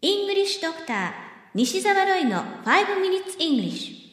English Doctor 西澤ロイの5 Minutes English。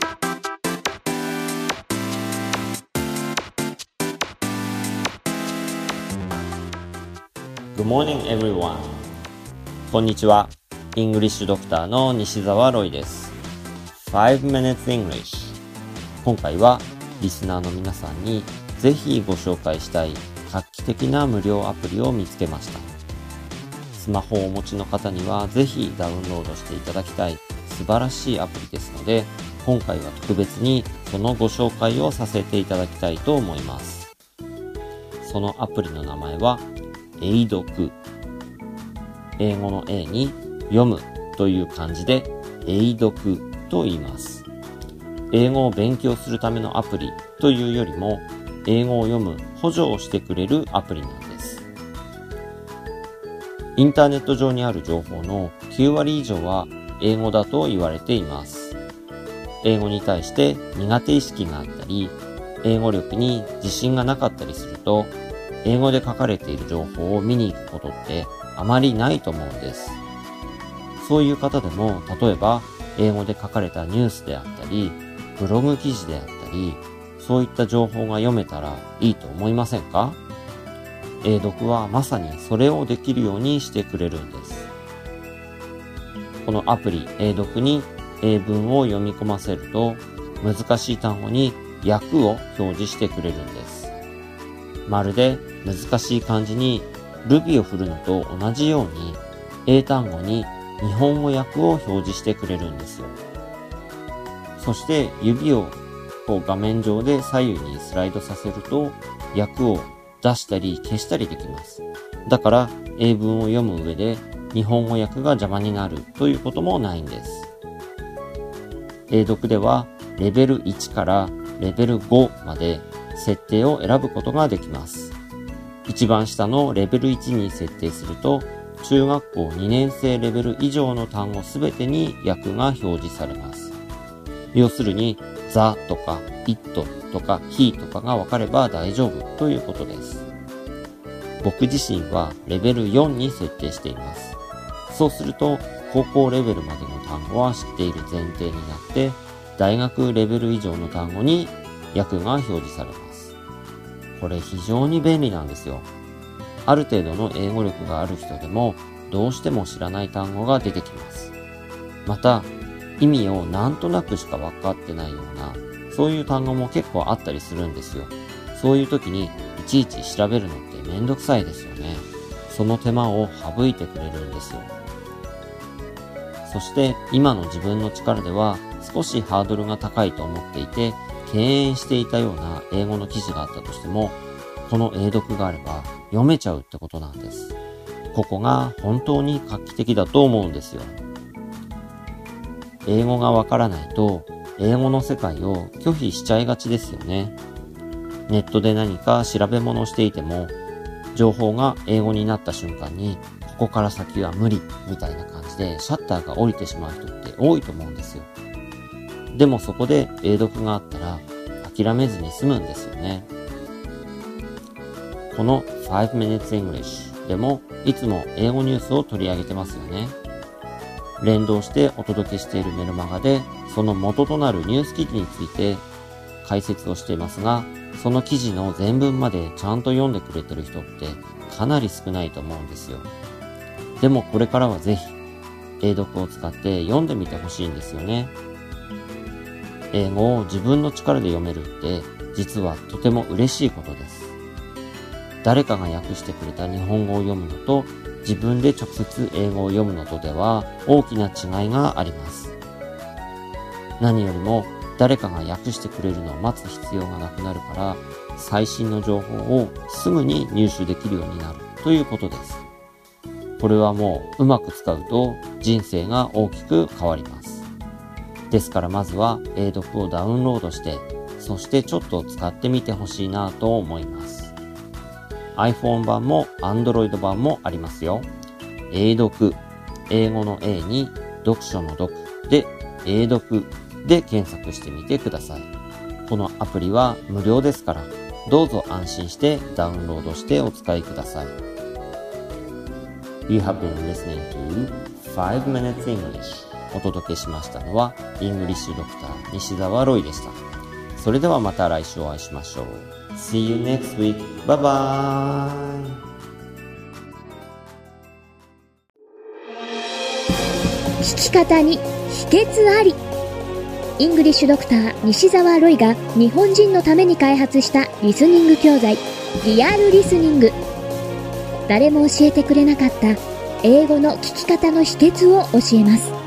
Good morning, everyone. こんにちは。イングリッシュドクターの西澤ロイです。5 Minutes English。今回はリスナーの皆さんにぜひご紹介したい画期的な無料アプリを見つけました。スマホをお持ちの方にはぜひダウンロードしていただきたい素晴らしいアプリですので、今回は特別にそのご紹介をさせていただきたいと思います。そのアプリの名前は英読。英語の A に読むという漢字で英読と言います。英語を勉強するためのアプリというよりも、英語を読む補助をしてくれるアプリなんです。インターネット上にある情報の9割以上は英語だと言われています。英語に対して苦手意識があったり、英語力に自信がなかったりすると、英語で書かれている情報を見に行くことってあまりないと思うんです。そういう方でも、例えば英語で書かれたニュースであったり、ブログ記事であったり、そういった情報が読めたらいいと思いませんか？英読はまさにそれをできるようにしてくれるんです。このアプリ英読に英文を読み込ませると、難しい単語に訳を表示してくれるんです。まるで難しい漢字にルビを振るのと同じように、英単語に日本語訳を表示してくれるんですよ。そして指を画面上で左右にスライドさせると、訳を出したり消したりできます。だから英文を読む上で日本語訳が邪魔になるということもないんです。英読ではレベル1からレベル5まで設定を選ぶことができます。一番下のレベル1に設定すると、中学校2年生レベル以上の単語すべてに訳が表示されます。要するに、the とか it とか he とかが分かれば大丈夫ということです。僕自身はレベル4に設定しています。そうすると、高校レベルまでの単語は知っている前提になって、大学レベル以上の単語に訳が表示されます。これ非常に便利なんですよ。ある程度の英語力がある人でもどうしても知らない単語が出てきます。また、意味をなんとなくしか分かってないような、そういう単語も結構あったりするんですよ。そういう時にいちいち調べるのってめんどくさいですよね。その手間を省いてくれるんですよ。そして今の自分の力では少しハードルが高いと思っていて、敬遠していたような英語の記事があったとしても、この英読があれば読めちゃうってことなんです。ここが本当に画期的だと思うんですよ。英語がわからないと、英語の世界を拒否しちゃいがちですよね。ネットで何か調べ物をしていても、情報が英語になった瞬間に、ここから先は無理みたいな感じでシャッターが降りてしまう人って多いと思うんですよ。でもそこで英読があったら諦めずに済むんですよね。この5 Minutes English でもいつも英語ニュースを取り上げてますよね。連動してお届けしているメルマガで、その元となるニュース記事について解説をしていますが、その記事の全文までちゃんと読んでくれてる人ってかなり少ないと思うんですよ。でもこれからはぜひ英読を使って読んでみてほしいんですよね。英語を自分の力で読めるって実はとても嬉しいことです。誰かが訳してくれた日本語を読むのと、自分で直接英語を読むのとでは大きな違いがあります。何よりも誰かが訳してくれるのを待つ必要がなくなるから、最新の情報をすぐに入手できるようになるということです。これはもううまく使うと人生が大きく変わります。ですからまずは英読をダウンロードして、そしてちょっと使ってみてほしいなと思います。iPhone 版も Android 版もありますよ。英読、英語の A に読書の読で英読で検索してみてください。このアプリは無料ですから、どうぞ安心してダウンロードしてお使いください。You have been listening to 5 Minutes English。お届けしましたのは、イングリッシュドクター西澤ロイでした。それではまた来週お会いしましょう。See you next week. Bye bye. 聞き方に秘訣あり。イングリッシュドクター西澤ロイが日本人のために開発したリスニング教材リアルリスニング。誰も教えてくれなかった英語の聞き方の秘訣を教えます。